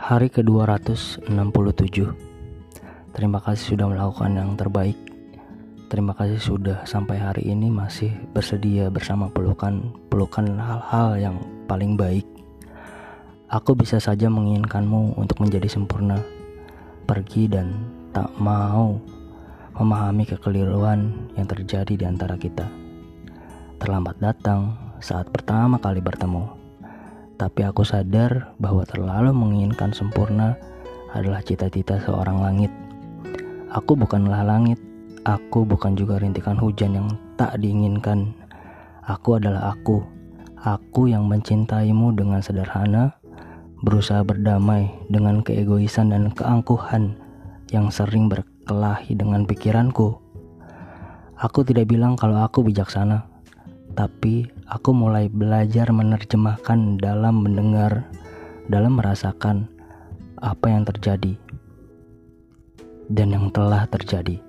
Hari ke-267. Terima kasih sudah melakukan yang terbaik. Terima kasih sudah sampai hari ini masih bersedia bersama pelukan hal-hal yang paling baik. Aku bisa saja menginginkanmu untuk menjadi sempurna, pergi dan tak mau memahami kekeliruan yang terjadi di antara kita. Terlambat datang saat pertama kali bertemu. Tapi aku sadar bahwa terlalu menginginkan sempurna adalah cita-cita seorang langit. Aku bukanlah langit, aku bukan juga rintikan hujan yang tak diinginkan. Aku adalah aku yang mencintaimu dengan sederhana, berusaha berdamai dengan keegoisan dan keangkuhan yang sering berkelahi dengan pikiranku. Aku tidak bilang kalau aku bijaksana, tapi aku mulai belajar menerjemahkan dalam mendengar, dalam merasakan apa yang terjadi dan yang telah terjadi.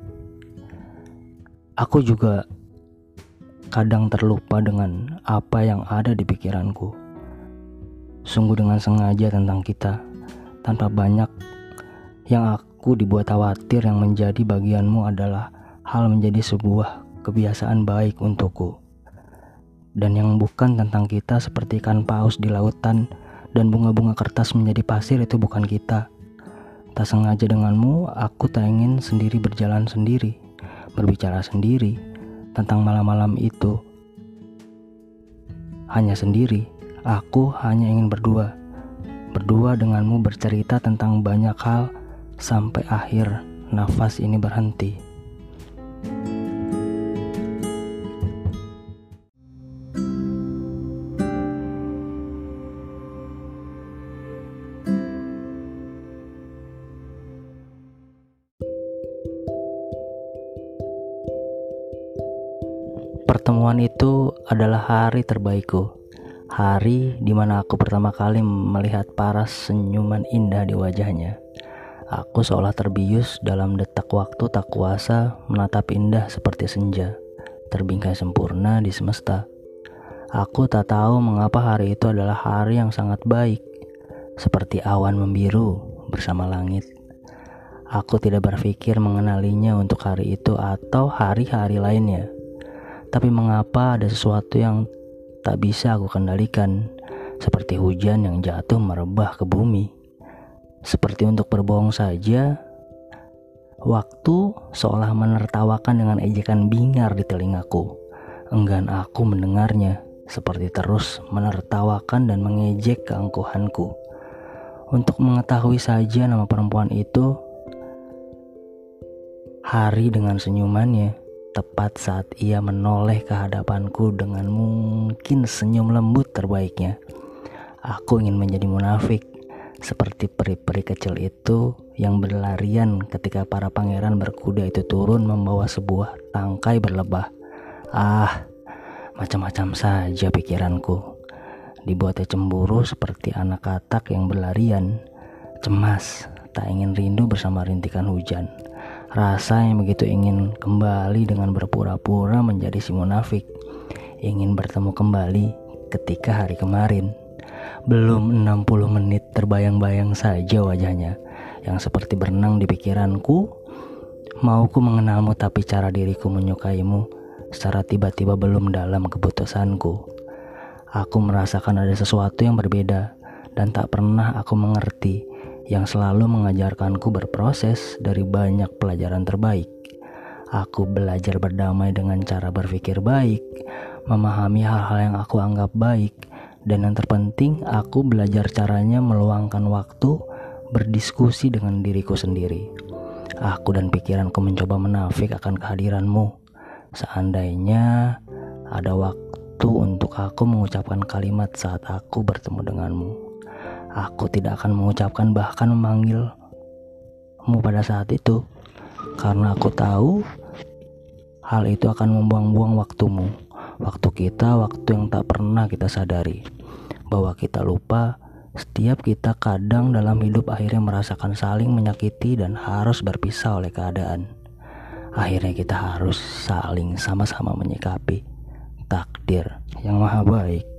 Aku juga kadang terlupa dengan apa yang ada di pikiranku. Sungguh dengan sengaja tentang kita, tanpa banyak yang aku dibuat khawatir. Yang menjadi bagianmu adalah hal menjadi sebuah kebiasaan baik untukku. Dan yang bukan tentang kita seperti ikan paus di lautan dan bunga-bunga kertas menjadi pasir itu bukan kita. Tak sengaja denganmu, aku tak ingin sendiri berjalan sendiri, berbicara sendiri tentang malam-malam itu. Hanya sendiri, aku hanya ingin berdua denganmu bercerita tentang banyak hal sampai akhir nafas ini berhenti. Pertemuan itu adalah hari terbaikku. Hari di mana aku pertama kali melihat paras senyuman indah di wajahnya. Aku seolah terbius dalam detak waktu tak kuasa menatap indah seperti senja, terbingkai sempurna di semesta. Aku tak tahu mengapa hari itu adalah hari yang sangat baik, seperti awan membiru bersama langit. Aku tidak berpikir mengenalinya untuk hari itu atau hari-hari lainnya. Tapi mengapa ada sesuatu yang tak bisa aku kendalikan, seperti hujan yang jatuh merebah ke bumi. Seperti untuk berbohong saja, waktu seolah menertawakan dengan ejekan bingar di telingaku. Enggan aku mendengarnya, seperti terus menertawakan dan mengejek keangkuhanku. Untuk mengetahui saja nama perempuan itu, hari dengan senyumannya. Tepat saat ia menoleh ke hadapanku dengan mungkin senyum lembut terbaiknya. Aku ingin menjadi munafik, seperti peri-peri kecil itu yang berlarian ketika para pangeran berkuda itu turun membawa sebuah tangkai berlebah. Macam-macam saja pikiranku. Dibuatnya cemburu seperti anak katak yang berlarian. Cemas, tak ingin rindu bersama rintikan hujan. Rasa yang begitu ingin kembali dengan berpura-pura menjadi si munafik. Ingin bertemu kembali ketika hari kemarin. Belum 60 menit terbayang-bayang saja wajahnya yang seperti berenang di pikiranku. Mauku mengenalmu tapi cara diriku menyukaimu secara tiba-tiba belum dalam keputusanku. Aku merasakan ada sesuatu yang berbeda dan tak pernah aku mengerti, yang selalu mengajarkanku berproses dari banyak pelajaran terbaik. Aku belajar berdamai dengan cara berpikir baik, memahami hal-hal yang aku anggap baik, dan yang terpenting aku belajar caranya meluangkan waktu berdiskusi dengan diriku sendiri. Aku dan pikiranku mencoba menafik akan kehadiranmu. Seandainya ada waktu untuk aku mengucapkan kalimat saat aku bertemu denganmu, aku tidak akan mengucapkan bahkan memanggilmu pada saat itu, karena aku tahu hal itu akan membuang-buang waktumu, waktu kita, waktu yang tak pernah kita sadari, bahwa kita lupa setiap kita kadang dalam hidup akhirnya merasakan saling menyakiti dan harus berpisah oleh keadaan. Akhirnya kita harus saling sama-sama menyikapi takdir yang maha baik.